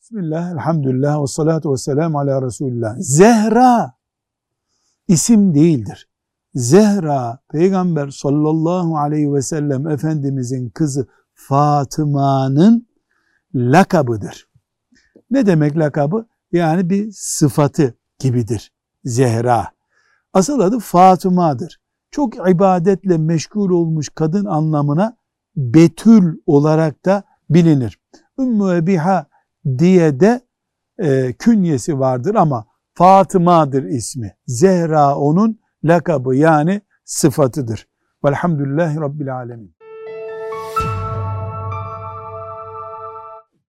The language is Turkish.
Bismillah, elhamdülillah ve salatu ve selamu ala Resulullah. Zehra isim değildir. Zehra, Peygamber sallallahu aleyhi ve sellem Efendimizin kızı Fatıma'nın lakabıdır. Ne demek lakabı? Yani bir sıfatı gibidir Zehra. Asıl adı Fatıma'dır. Çok ibadetle meşgul olmuş kadın anlamına Betül olarak da bilinir. Ümmü Ebiha diye de künyesi vardır ama Fatıma'dır ismi. Zehra onun lakabı yani sıfatıdır. Velhamdülillahi Rabbil alemin.